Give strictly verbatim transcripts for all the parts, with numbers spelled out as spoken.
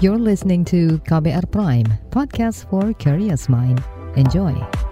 You're listening to K B R Prime, podcast for curious mind. Enjoy.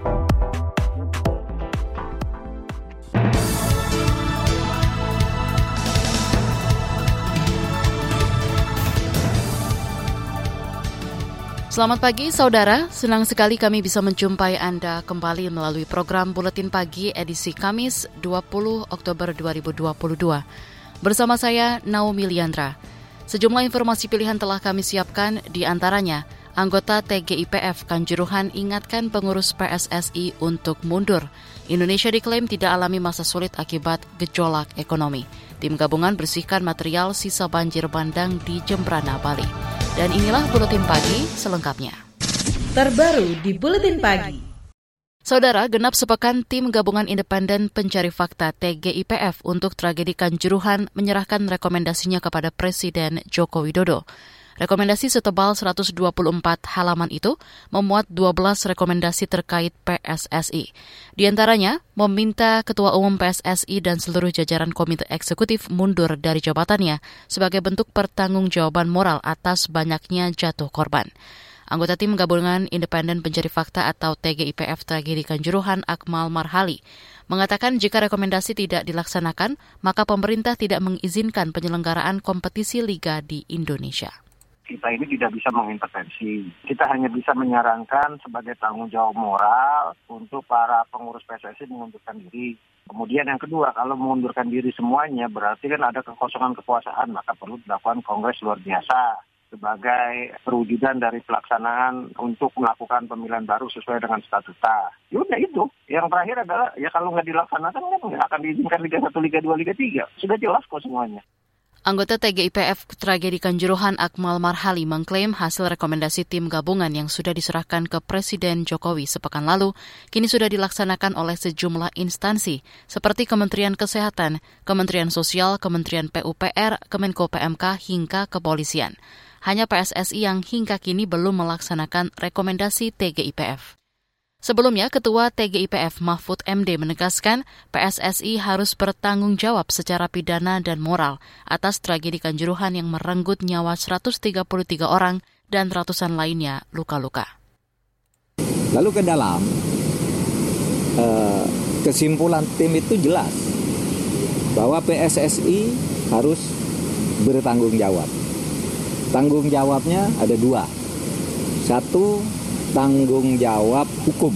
Selamat pagi saudara, senang sekali kami bisa menjumpai Anda kembali melalui program Buletin Pagi edisi Kamis dua puluh Oktober dua ribu dua puluh dua. Bersama saya Naomi Liandra. Sejumlah informasi pilihan telah kami siapkan, di antaranya anggota T G I P F Kanjuruhan ingatkan pengurus P S S I untuk mundur. Indonesia diklaim tidak alami masa sulit akibat gejolak ekonomi. Tim gabungan bersihkan material sisa banjir bandang di Jembrana, Bali. Dan inilah Buletin Pagi selengkapnya. Terbaru di Buletin Pagi. Saudara, genap sepekan tim gabungan independen pencari fakta T G I P F untuk tragedi Kanjuruhan menyerahkan rekomendasinya kepada Presiden Joko Widodo. Rekomendasi setebal seratus dua puluh empat halaman itu memuat dua belas rekomendasi terkait P S S I. Di antaranya, meminta Ketua Umum P S S I dan seluruh jajaran Komite Eksekutif mundur dari jabatannya sebagai bentuk pertanggungjawaban moral atas banyaknya jatuh korban. Anggota tim gabungan independen pencari fakta atau T G I P F tragedi Kanjuruhan, Akmal Marhali, mengatakan jika rekomendasi tidak dilaksanakan, maka pemerintah tidak mengizinkan penyelenggaraan kompetisi liga di Indonesia. Kita ini tidak bisa mengintervensi. Kita hanya bisa menyarankan sebagai tanggung jawab moral untuk para pengurus P S S I mengundurkan diri. Kemudian yang kedua, kalau mengundurkan diri semuanya berarti kan ada kekosongan kekuasaan, maka perlu dilakukan kongres luar biasa sebagai perwujudan dari pelaksanaan untuk melakukan pemilihan baru sesuai dengan statuta. Ya udah itu. Yang terakhir adalah, ya kalau nggak dilaksanakan kan nggak akan diizinkan Liga satu, Liga dua, Liga tiga. Sudah jelas kok semuanya. Anggota T G I P F tragedi Kanjuruhan, Akmal Marhali, mengklaim hasil rekomendasi tim gabungan yang sudah diserahkan ke Presiden Jokowi sepekan lalu kini sudah dilaksanakan oleh sejumlah instansi seperti Kementerian Kesehatan, Kementerian Sosial, Kementerian P U P R, Kemenko P M K, hingga Kepolisian. Hanya P S S I yang hingga kini belum melaksanakan rekomendasi T G I P F. Sebelumnya, Ketua T G I P F Mahfud M D menegaskan P S S I harus bertanggung jawab secara pidana dan moral atas tragedi Kanjuruhan yang merenggut nyawa seratus tiga puluh tiga orang dan ratusan lainnya luka-luka. Lalu ke dalam, eh, kesimpulan tim itu jelas bahwa P S S I harus bertanggung jawab. Tanggung jawabnya ada dua. Satu, tanggung jawab hukum.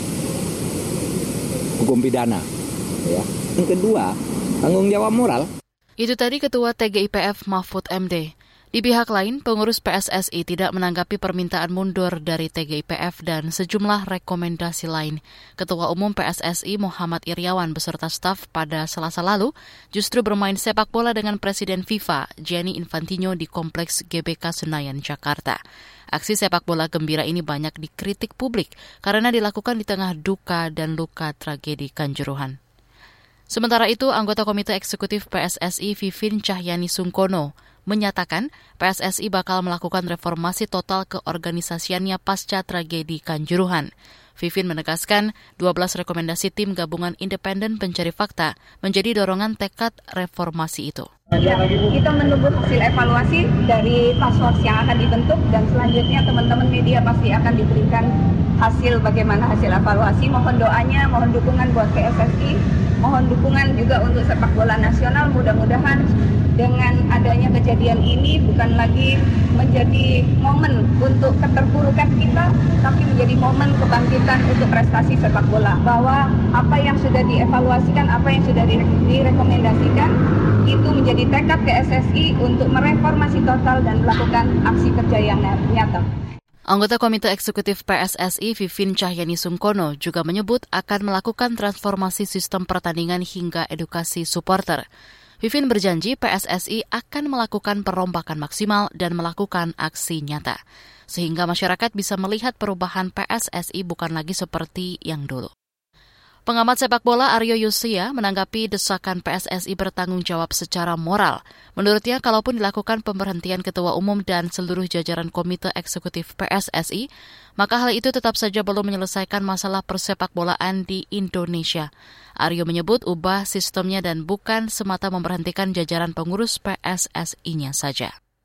Hukum pidana. Ya. Yang kedua, tanggung jawab moral. Itu tadi Ketua T G I P F Mahfud M D. Di pihak lain, pengurus P S S I tidak menanggapi permintaan mundur dari T G I P F dan sejumlah rekomendasi lain. Ketua Umum P S S I Muhammad Iryawan beserta staf pada Selasa lalu justru bermain sepak bola dengan Presiden FIFA Gianni Infantino di Kompleks G B K Senayan, Jakarta. Aksi sepak bola gembira ini banyak dikritik publik karena dilakukan di tengah duka dan luka tragedi Kanjuruhan. Sementara itu, anggota Komite Eksekutif P S S I Vivin Cahyani Sungkono menyatakan P S S I bakal melakukan reformasi total keorganisasiannya pasca tragedi Kanjuruhan. Vivin menegaskan dua belas rekomendasi tim gabungan independen pencari fakta menjadi dorongan tekad reformasi itu. Ya, kita menunggu hasil evaluasi dari task force yang akan dibentuk dan selanjutnya teman-teman media pasti akan diberikan hasil bagaimana hasil evaluasi. Mohon doanya, mohon dukungan buat P S S I, mohon dukungan juga untuk sepak bola nasional. Mudah-mudahan dengan adanya kejadian ini bukan lagi menjadi momen untuk keterpurukan kita, tapi menjadi momen kebangkitan untuk prestasi sepak bola. Bahwa apa yang sudah dievaluasikan, apa yang sudah direkomendasikan, itu menjadi tekad P S S I untuk mereformasi total dan melakukan aksi kerja yang nyata. Anggota Komite Eksekutif P S S I Vivin Cahyani Sungkono juga menyebut akan melakukan transformasi sistem pertandingan hingga edukasi supporter. Vivin berjanji P S S I akan melakukan perombakan maksimal dan melakukan aksi nyata, sehingga masyarakat bisa melihat perubahan P S S I bukan lagi seperti yang dulu. Pengamat sepak bola Aryo Yosia menanggapi desakan P S S I bertanggung jawab secara moral. Menurutnya, kalaupun dilakukan pemberhentian Ketua Umum dan seluruh jajaran Komite Eksekutif P S S I, maka hal itu tetap saja belum menyelesaikan masalah persepak bolaan di Indonesia. Aryo menyebut ubah sistemnya dan bukan semata memberhentikan jajaran pengurus P S S I-nya saja.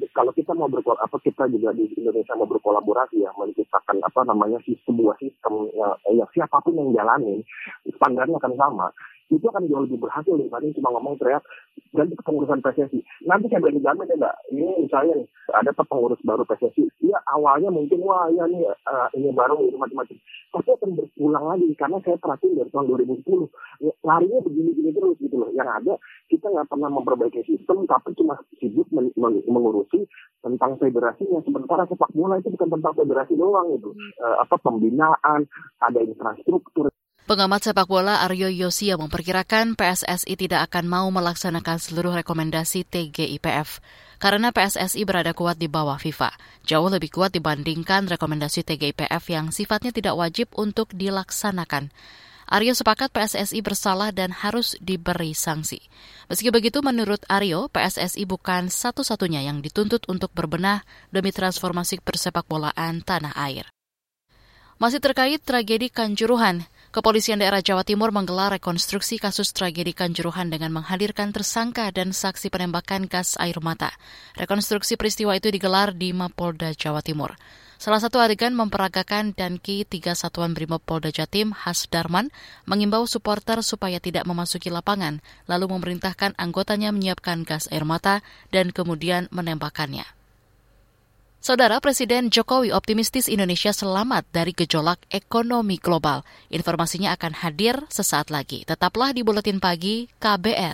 Kalau kita mau berkol, apa kita juga di Indonesia mau berkolaborasi ya, menciptakan apa namanya sebuah sistem yang, yang siapapun yang jalanin standarnya akan sama, itu akan jauh lebih berhasil dibanding cuma ngomong teriak ganti kepengurusan P S S I. Nanti saya berani jamin ya Mbak, ini misalnya nih, ada pengurus baru P S S I, dia awalnya mungkin wah ya nih uh, ini baru ini macam-macam, tapi akan berulang lagi karena saya perhatiin dari tahun dua ribu sepuluh larinya begini-gini terus gitu loh. Yang ada kita nggak pernah memperbaiki sistem, tapi cuma sibuk men- men- mengurusi tentang federasinya. Sementara sepak bola itu bukan tentang federasi doang gitu, uh, apa pembinaan, ada infrastruktur. Pengamat sepak bola Aryo Yosia memperkirakan P S S I tidak akan mau melaksanakan seluruh rekomendasi T G I P F karena P S S I berada kuat di bawah FIFA, jauh lebih kuat dibandingkan rekomendasi T G I P F yang sifatnya tidak wajib untuk dilaksanakan. Aryo sepakat P S S I bersalah dan harus diberi sanksi. Meski begitu, menurut Aryo, P S S I bukan satu-satunya yang dituntut untuk berbenah demi transformasi persepak bolaan tanah air. Masih terkait tragedi Kanjuruhan, Kepolisian Daerah Jawa Timur menggelar rekonstruksi kasus tragedi Kanjuruhan dengan menghadirkan tersangka dan saksi penembakan gas air mata. Rekonstruksi peristiwa itu digelar di Mapolda Jawa Timur. Salah satu adegan memperagakan Danki tiga Satuan Brimob Polda Jatim, Hasdarman, mengimbau supporter supaya tidak memasuki lapangan, lalu memerintahkan anggotanya menyiapkan gas air mata dan kemudian menembakkannya. Saudara, Presiden Jokowi optimistis Indonesia selamat dari gejolak ekonomi global. Informasinya akan hadir sesaat lagi. Tetaplah di Buletin Pagi K B R.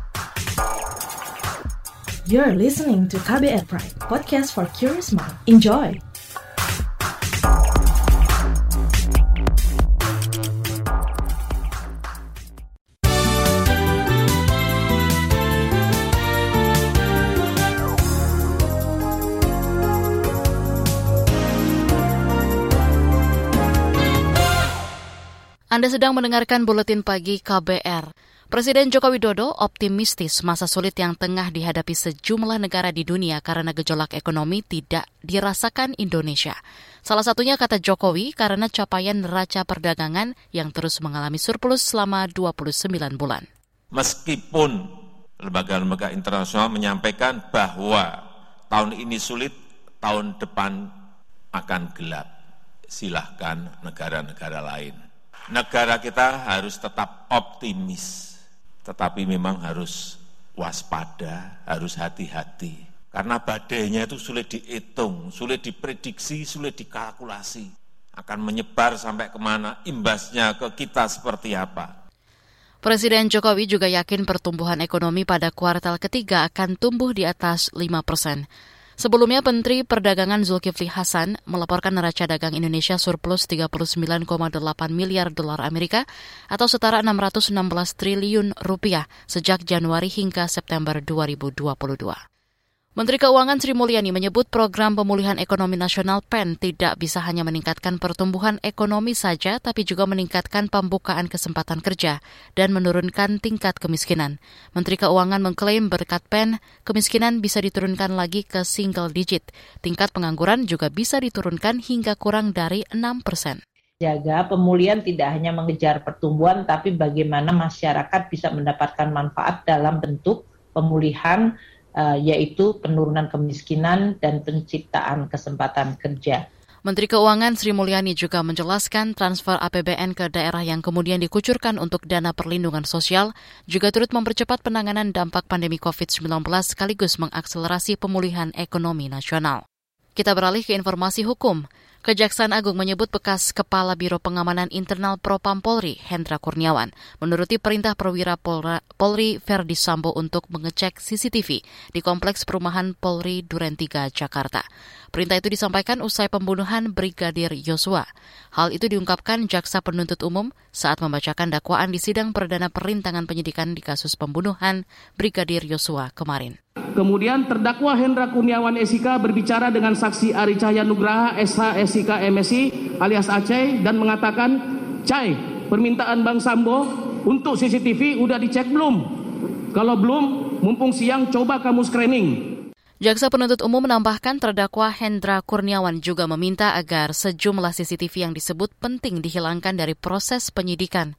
You're listening to K B R Prime, podcast for curious mind. Enjoy! Anda sedang mendengarkan Buletin Pagi K B R. Presiden Joko Widodo optimistis masa sulit yang tengah dihadapi sejumlah negara di dunia karena gejolak ekonomi tidak dirasakan Indonesia. Salah satunya, kata Jokowi, karena capaian neraca perdagangan yang terus mengalami surplus selama dua puluh sembilan bulan. Meskipun lembaga-lembaga internasional menyampaikan bahwa tahun ini sulit, tahun depan akan gelap. Silahkan negara-negara lain. Negara kita harus tetap optimis, tetapi memang harus waspada, harus hati-hati. Karena badainya itu sulit dihitung, sulit diprediksi, sulit dikalkulasi. Akan menyebar sampai kemana, imbasnya ke kita seperti apa. Presiden Jokowi juga yakin pertumbuhan ekonomi pada kuartal ketiga akan tumbuh di atas lima persen. Sebelumnya, Menteri Perdagangan Zulkifli Hasan melaporkan neraca dagang Indonesia surplus tiga puluh sembilan koma delapan miliar dolar Amerika atau setara enam ratus enam belas triliun rupiah sejak Januari hingga September dua ribu dua puluh dua. Menteri Keuangan Sri Mulyani menyebut program pemulihan ekonomi nasional P E N tidak bisa hanya meningkatkan pertumbuhan ekonomi saja, tapi juga meningkatkan pembukaan kesempatan kerja dan menurunkan tingkat kemiskinan. Menteri Keuangan mengklaim berkat P E N, kemiskinan bisa diturunkan lagi ke single digit. Tingkat pengangguran juga bisa diturunkan hingga kurang dari enam persen. Jaga pemulihan tidak hanya mengejar pertumbuhan, tapi bagaimana masyarakat bisa mendapatkan manfaat dalam bentuk pemulihan, Uh, yaitu penurunan kemiskinan dan penciptaan kesempatan kerja. Menteri Keuangan Sri Mulyani juga menjelaskan transfer A P B N ke daerah yang kemudian dikucurkan untuk dana perlindungan sosial juga turut mempercepat penanganan dampak pandemi covid sembilan belas sekaligus mengakselerasi pemulihan ekonomi nasional. Kita beralih ke informasi hukum. Kejaksaan Agung menyebut bekas Kepala Biro Pengamanan Internal Propam Polri, Hendra Kurniawan, menuruti perintah perwira Polra, Polri Verdi Sambo untuk mengecek C C T V di Kompleks Perumahan Polri Duren tiga, Jakarta. Perintah itu disampaikan usai pembunuhan Brigadir Yosua. Hal itu diungkapkan Jaksa Penuntut Umum saat membacakan dakwaan di sidang perdana perintangan penyidikan di kasus pembunuhan Brigadir Yosua kemarin. Kemudian terdakwa Hendra Kurniawan S I K berbicara dengan saksi Ari Cahya Nugraha S H S I K M S I alias Aceh dan mengatakan, "Cai, permintaan Bang Sambo untuk C C T V udah dicek belum? Kalau belum, mumpung siang coba kamu screening." Jaksa Penuntut Umum menambahkan terdakwa Hendra Kurniawan juga meminta agar sejumlah C C T V yang disebut penting dihilangkan dari proses penyidikan.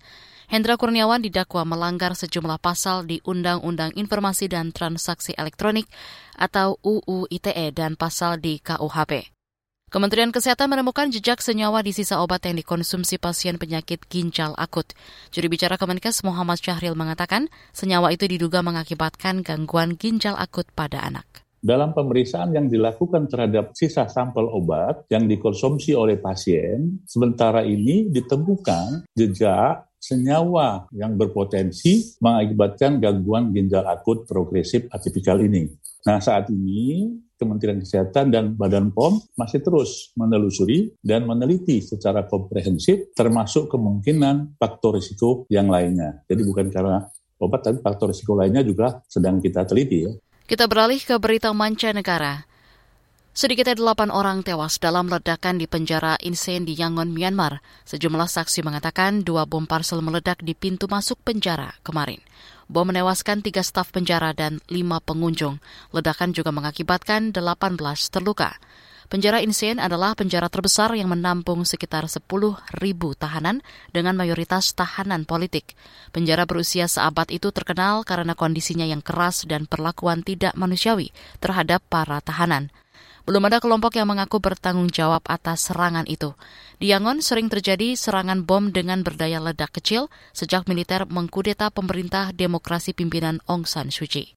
Hendra Kurniawan didakwa melanggar sejumlah pasal di Undang-Undang Informasi dan Transaksi Elektronik atau U U I T E dan pasal di K U H P. Kementerian Kesehatan menemukan jejak senyawa di sisa obat yang dikonsumsi pasien penyakit ginjal akut. Juru bicara Kemenkes Muhammad Syahril mengatakan senyawa itu diduga mengakibatkan gangguan ginjal akut pada anak. Dalam pemeriksaan yang dilakukan terhadap sisa sampel obat yang dikonsumsi oleh pasien, sementara ini ditemukan jejak senyawa yang berpotensi mengakibatkan gangguan ginjal akut progresif atipikal ini. Nah, saat ini Kementerian Kesehatan dan Badan P O M masih terus menelusuri dan meneliti secara komprehensif termasuk kemungkinan faktor risiko yang lainnya. Jadi bukan karena obat, tapi faktor risiko lainnya juga sedang kita teliti ya. Kita beralih ke berita mancanegara. Sedikitnya delapan orang tewas dalam ledakan di penjara Insein di Yangon, Myanmar. Sejumlah saksi mengatakan dua bom parsel meledak di pintu masuk penjara kemarin. Bom menewaskan tiga staf penjara dan lima pengunjung. Ledakan juga mengakibatkan delapan belas terluka. Penjara Insein adalah penjara terbesar yang menampung sekitar sepuluh ribu tahanan dengan mayoritas tahanan politik. Penjara berusia seabad itu terkenal karena kondisinya yang keras dan perlakuan tidak manusiawi terhadap para tahanan. Belum ada kelompok yang mengaku bertanggung jawab atas serangan itu. Di Yangon sering terjadi serangan bom dengan berdaya ledak kecil sejak militer mengkudeta pemerintah demokrasi pimpinan Aung San Suu Kyi.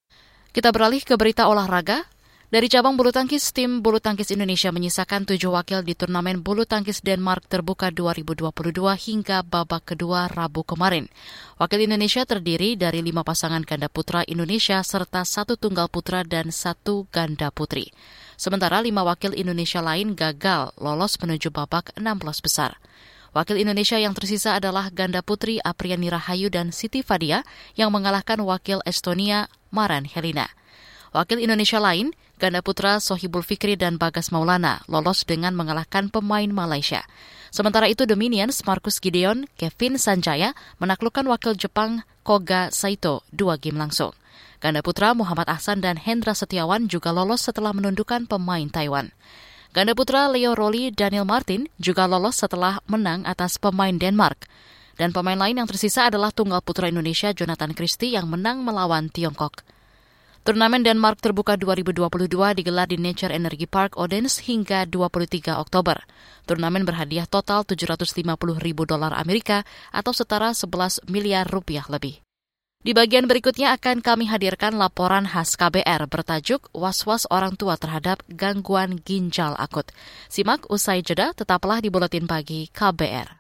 Kita beralih ke berita olahraga. Dari cabang bulu tangkis, tim bulu tangkis Indonesia menyisakan tujuh wakil di turnamen bulu tangkis Denmark terbuka dua ribu dua puluh dua hingga babak kedua Rabu kemarin. Wakil Indonesia terdiri dari lima pasangan ganda putra Indonesia serta satu tunggal putra dan satu ganda putri. Sementara lima wakil Indonesia lain gagal lolos menuju babak enam belas besar. Wakil Indonesia yang tersisa adalah ganda putri Apriani Rahayu dan Siti Fadia yang mengalahkan wakil Estonia Maren Helena. Wakil Indonesia lain, ganda putra Sohibul Fikri dan Bagas Maulana, lolos dengan mengalahkan pemain Malaysia. Sementara itu, The Minions, Marcus Gideon, Kevin Sanjaya menaklukkan wakil Jepang Koga Saito dua game langsung. Ganda putra Muhammad Ahsan dan Hendra Setiawan juga lolos setelah menundukkan pemain Taiwan. Ganda putra Leo Rolly Daniel Martin juga lolos setelah menang atas pemain Denmark. Dan pemain lain yang tersisa adalah tunggal putra Indonesia Jonathan Christie yang menang melawan Tiongkok. Turnamen Denmark terbuka dua ribu dua puluh dua digelar di Nature Energy Park Odense hingga dua puluh tiga Oktober. Turnamen berhadiah total tujuh ratus lima puluh ribu dolar Amerika atau setara sebelas miliar rupiah lebih. Di bagian berikutnya akan kami hadirkan laporan khas K B R bertajuk Was-was orang tua terhadap gangguan ginjal akut. Simak usai jeda, tetaplah di Buletin Pagi K B R.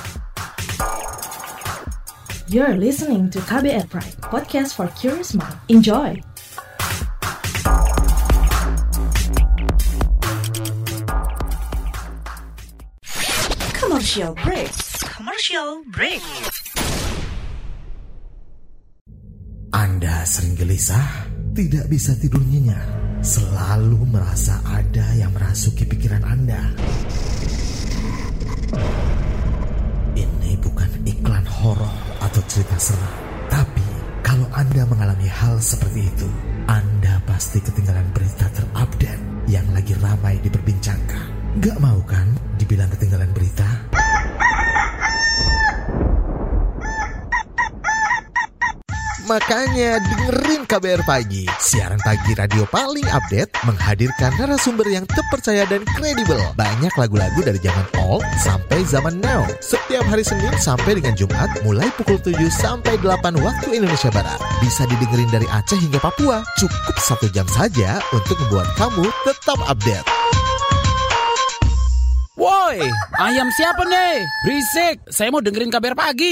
You're listening to K B R Prime, podcast for curious mind. Enjoy! Commercial break. Commercial break. Anda sering gelisah, tidak bisa tidur nyenyak, selalu merasa ada yang merasuki pikiran Anda. Ini bukan iklan horor atau cerita seram, tapi kalau Anda mengalami hal seperti itu, Anda pasti ketinggalan berita terupdate yang lagi ramai diperbincangkan. Gak mau kan dibilang ketinggalan berita? Makanya dengerin K B R Pagi, siaran pagi radio paling update, menghadirkan narasumber yang terpercaya dan kredibel. Banyak lagu-lagu dari zaman old sampai zaman now. Setiap hari Senin sampai dengan Jumat, mulai pukul tujuh sampai delapan waktu Indonesia Barat. Bisa didengerin dari Aceh hingga Papua. Cukup satu jam saja untuk membuat kamu tetap update. Woi, ayam siapa nih? Berisik, saya mau dengerin K B R Pagi.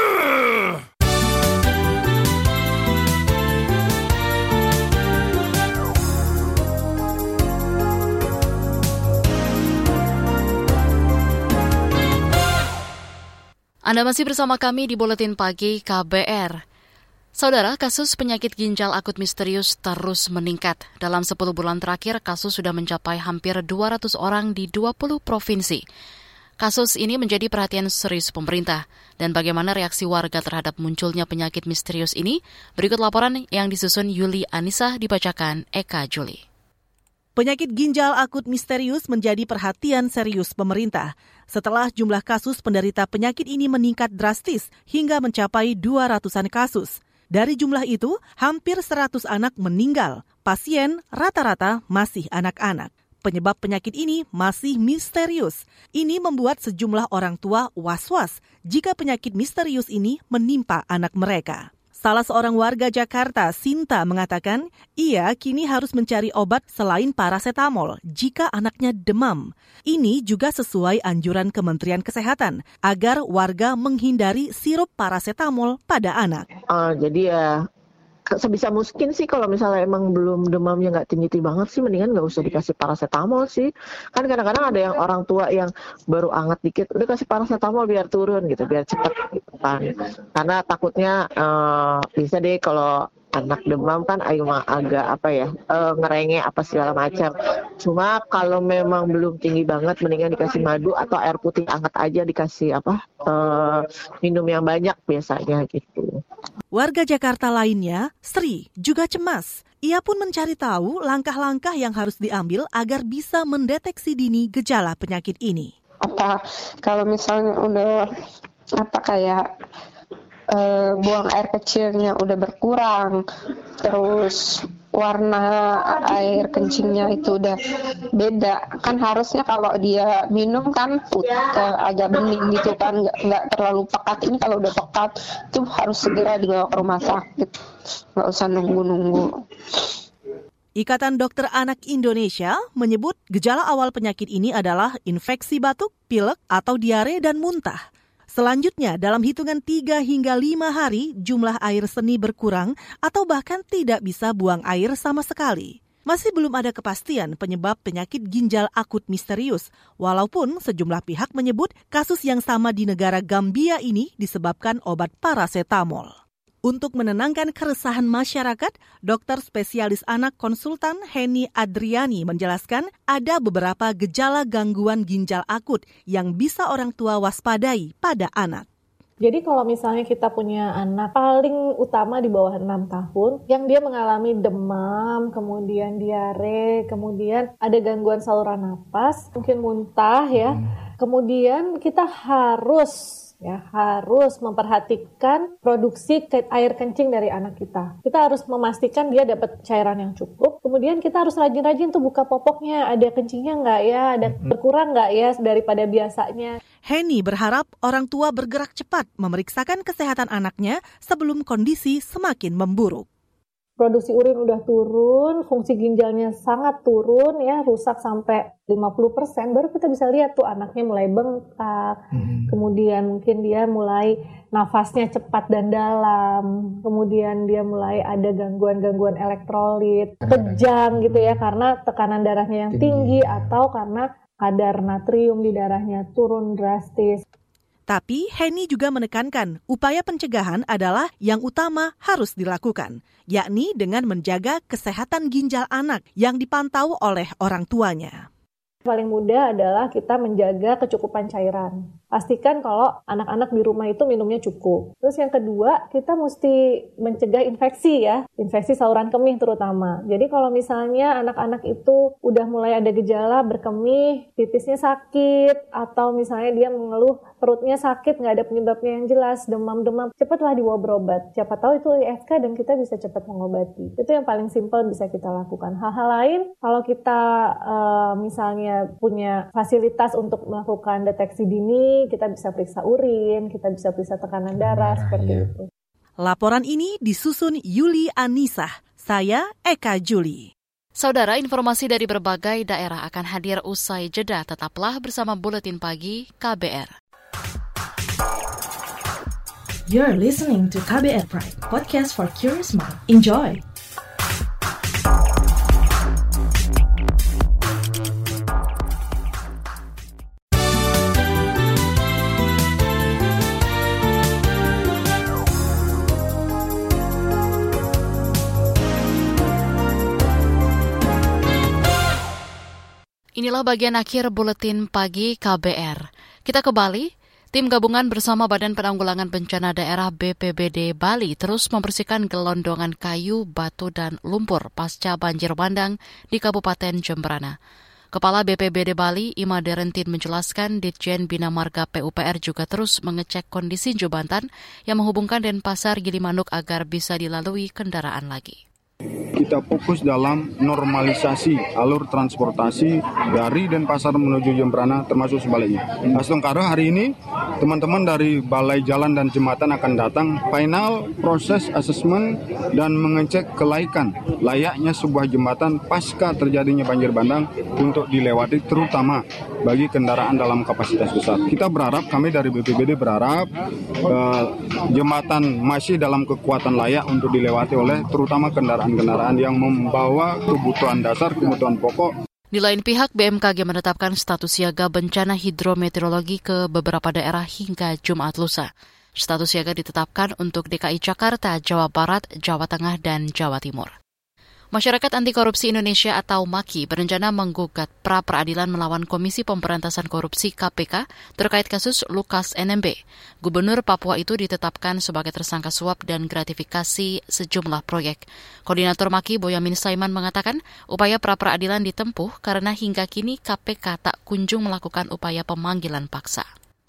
Anda masih bersama kami di Buletin Pagi K B R. Saudara, kasus penyakit ginjal akut misterius terus meningkat. Dalam sepuluh bulan terakhir, kasus sudah mencapai hampir dua ratus orang di dua puluh provinsi. Kasus ini menjadi perhatian serius pemerintah. Dan bagaimana reaksi warga terhadap munculnya penyakit misterius ini? Berikut laporan yang disusun Yuli Anissa dibacakan Eka Juli. Penyakit ginjal akut misterius menjadi perhatian serius pemerintah setelah jumlah kasus penderita penyakit ini meningkat drastis hingga mencapai dua ratusan kasus. Dari jumlah itu, hampir seratus anak meninggal. Pasien rata-rata masih anak-anak. Penyebab penyakit ini masih misterius. Ini membuat sejumlah orang tua was-was jika penyakit misterius ini menimpa anak mereka. Salah seorang warga Jakarta, Sinta, mengatakan ia kini harus mencari obat selain parasetamol jika anaknya demam. Ini juga sesuai anjuran Kementerian Kesehatan agar warga menghindari sirup parasetamol pada anak. Uh, jadi ya sebisa mungkin sih kalau misalnya emang belum demamnya nggak tinggi-tinggi banget sih, mendingan nggak usah dikasih parasetamol sih. Kan kadang-kadang ada yang orang tua yang baru anget dikit, udah kasih parasetamol biar turun gitu, biar cepet gitu kan. Karena takutnya uh, bisa deh kalau anak demam kan ayo agak apa ya uh, ngerengek apa segala macam. Cuma kalau memang belum tinggi banget, mendingan dikasih madu atau air putih anget aja, dikasih apa uh, minum yang banyak biasanya gitu. Warga Jakarta lainnya, Sri, juga cemas. Ia pun mencari tahu langkah-langkah yang harus diambil agar bisa mendeteksi dini gejala penyakit ini. Apa kalau misalnya udah apa kayak Uh, buang air kecilnya udah berkurang, terus warna air kencingnya itu udah beda, kan harusnya kalau dia minum kan putih, agak bening gitu kan, nggak nggak terlalu pekat. Ini kalau udah pekat itu harus segera dibawa ke rumah sakit, nggak usah nunggu-nunggu. Ikatan Dokter Anak Indonesia menyebut gejala awal penyakit ini adalah infeksi batuk, pilek, atau diare dan muntah. Selanjutnya, dalam hitungan tiga hingga lima hari, jumlah air seni berkurang atau bahkan tidak bisa buang air sama sekali. Masih belum ada kepastian penyebab penyakit ginjal akut misterius, walaupun sejumlah pihak menyebut kasus yang sama di negara Gambia ini disebabkan obat parasetamol. Untuk menenangkan keresahan masyarakat, dokter spesialis anak konsultan Heni Adriani menjelaskan ada beberapa gejala gangguan ginjal akut yang bisa orang tua waspadai pada anak. Jadi kalau misalnya kita punya anak paling utama di bawah enam tahun yang dia mengalami demam, kemudian diare, kemudian ada gangguan saluran napas, mungkin muntah ya. Kemudian kita harus ya harus memperhatikan produksi air kencing dari anak kita. Kita harus memastikan dia dapat cairan yang cukup. Kemudian kita harus rajin-rajin tuh buka popoknya, ada kencingnya nggak ya, ada berkurang nggak ya daripada biasanya. Heni berharap orang tua bergerak cepat memeriksakan kesehatan anaknya sebelum kondisi semakin memburuk. Produksi urin udah turun, fungsi ginjalnya sangat turun ya, rusak sampai lima puluh persen, baru kita bisa lihat tuh anaknya mulai bengkak, hmm. kemudian mungkin dia mulai nafasnya cepat dan dalam, kemudian dia mulai ada gangguan-gangguan elektrolit, kejang gitu ya, karena tekanan darahnya yang tinggi, tinggi atau karena kadar natrium di darahnya turun drastis. Tapi Heni juga menekankan upaya pencegahan adalah yang utama harus dilakukan, yakni dengan menjaga kesehatan ginjal anak yang dipantau oleh orang tuanya. Paling mudah adalah kita menjaga kecukupan cairan. Pastikan kalau anak-anak di rumah itu minumnya cukup. Terus yang kedua, kita mesti mencegah infeksi ya, infeksi saluran kemih terutama. Jadi kalau misalnya anak-anak itu udah mulai ada gejala berkemih, pipisnya sakit, atau misalnya dia mengeluh perutnya sakit, nggak ada penyebabnya yang jelas, demam-demam, cepatlah dibawa berobat. Siapa tahu itu I F K dan kita bisa cepat mengobati. Itu yang paling simpel bisa kita lakukan. Hal-hal lain, kalau kita uh, misalnya punya fasilitas untuk melakukan deteksi dini, kita bisa periksa urin, kita bisa periksa tekanan darah, darah seperti iya. itu. Laporan ini disusun Yuli Anisah. Saya Eka Juli. Saudara, informasi dari berbagai daerah akan hadir usai jeda. Tetaplah bersama Buletin Pagi K B R. You're listening to K B R Prime, podcast for curious mind. Enjoy! Inilah bagian akhir Buletin Pagi K B R. Kita ke Bali. Tim gabungan bersama Badan Penanggulangan Bencana Daerah B P B D Bali terus membersihkan gelondongan kayu, batu, dan lumpur pasca banjir bandang di Kabupaten Jemberana. Kepala B P B D Bali, Ima Derentin menjelaskan Ditjen Bina Marga P U P R juga terus mengecek kondisi jembatan yang menghubungkan Denpasar Gilimanuk agar bisa dilalui kendaraan lagi. Kita fokus dalam normalisasi alur transportasi dari Denpasar menuju Jemberana termasuk sebaliknya. Astungkara hari ini teman-teman dari Balai Jalan dan Jembatan akan datang final proses asesmen dan mengecek kelaikan layaknya sebuah jembatan pasca terjadinya banjir bandang untuk dilewati terutama bagi kendaraan dalam kapasitas besar. Kita berharap, kami dari B P B D berharap eh, jembatan masih dalam kekuatan layak untuk dilewati oleh terutama kendaraan-kendaraan yang membawa kebutuhan dasar, kebutuhan pokok. Di lain pihak, B M K G menetapkan status siaga bencana hidrometeorologi ke beberapa daerah hingga Jumat lusa. Status siaga ditetapkan untuk D K I Jakarta, Jawa Barat, Jawa Tengah, dan Jawa Timur. Masyarakat Anti Korupsi Indonesia atau MAKI berencana menggugat pra-peradilan melawan Komisi Pemberantasan Korupsi K P K terkait kasus Lukas N M B. Gubernur Papua itu ditetapkan sebagai tersangka suap dan gratifikasi sejumlah proyek. Koordinator MAKI Boyamin Saiman mengatakan upaya pra-peradilan ditempuh karena hingga kini K P K tak kunjung melakukan upaya pemanggilan paksa.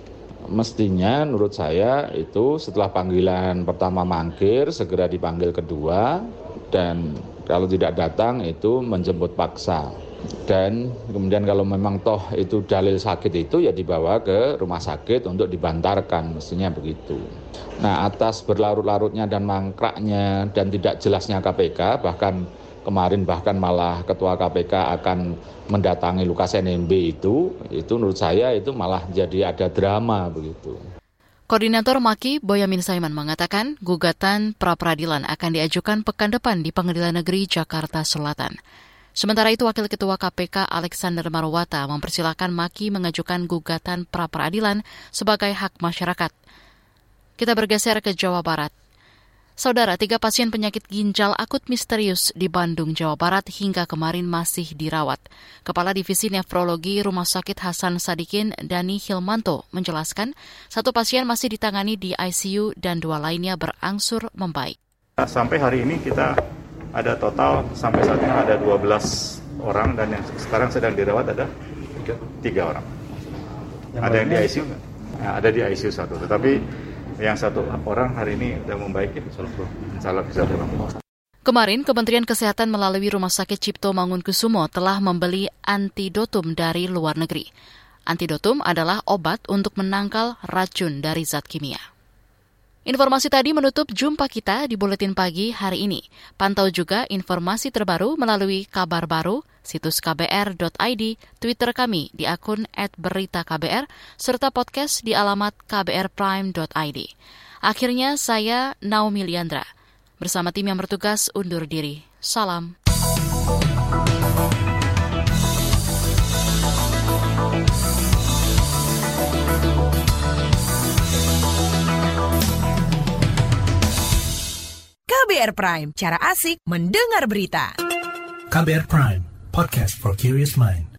Mestinya menurut saya itu setelah panggilan pertama mangkir, segera dipanggil kedua, dan kalau tidak datang itu menjemput paksa. Dan kemudian kalau memang toh itu dalil sakit itu ya dibawa ke rumah sakit untuk dibantarkan, mestinya begitu. Nah, atas berlarut-larutnya dan mangkraknya dan tidak jelasnya K P K, bahkan kemarin bahkan malah Ketua K P K akan mendatangi Lukas N M B itu, itu menurut saya itu malah jadi ada drama begitu. Koordinator MAKI Boyamin Saiman mengatakan gugatan pra-peradilan akan diajukan pekan depan di Pengadilan Negeri Jakarta Selatan. Sementara itu, Wakil Ketua K P K Alexander Marwata mempersilahkan MAKI mengajukan gugatan pra-peradilan sebagai hak masyarakat. Kita bergeser ke Jawa Barat. Saudara, tiga pasien penyakit ginjal akut misterius di Bandung, Jawa Barat hingga kemarin masih dirawat. Kepala Divisi Nefrologi Rumah Sakit Hasan Sadikin, Dani Hilmanto, menjelaskan satu pasien masih ditangani di I C U dan dua lainnya berangsur membaik. Sampai hari ini kita ada total, sampai saat ini ada dua belas orang dan yang sekarang sedang dirawat ada tiga orang. Yang ada yang di I C U nggak? Nah, ada di I C U satu, tetapi yang satu orang hari ini sudah membaik, insya Allah bisa pulang. Kemarin, Kementerian Kesehatan melalui Rumah Sakit Cipto Mangunkusumo telah membeli antidotum dari luar negeri. Antidotum adalah obat untuk menangkal racun dari zat kimia. Informasi tadi menutup jumpa kita di Buletin Pagi hari ini. Pantau juga informasi terbaru melalui Kabar Baru, situs k b r dot i d, Twitter kami di akun et berita k b r, serta podcast di alamat k b r prime dot i d. Akhirnya saya Naomi Liandra. Bersama tim yang bertugas undur diri. Salam. K B R Prime, cara asik mendengar berita. K B R Prime, podcast for curious mind.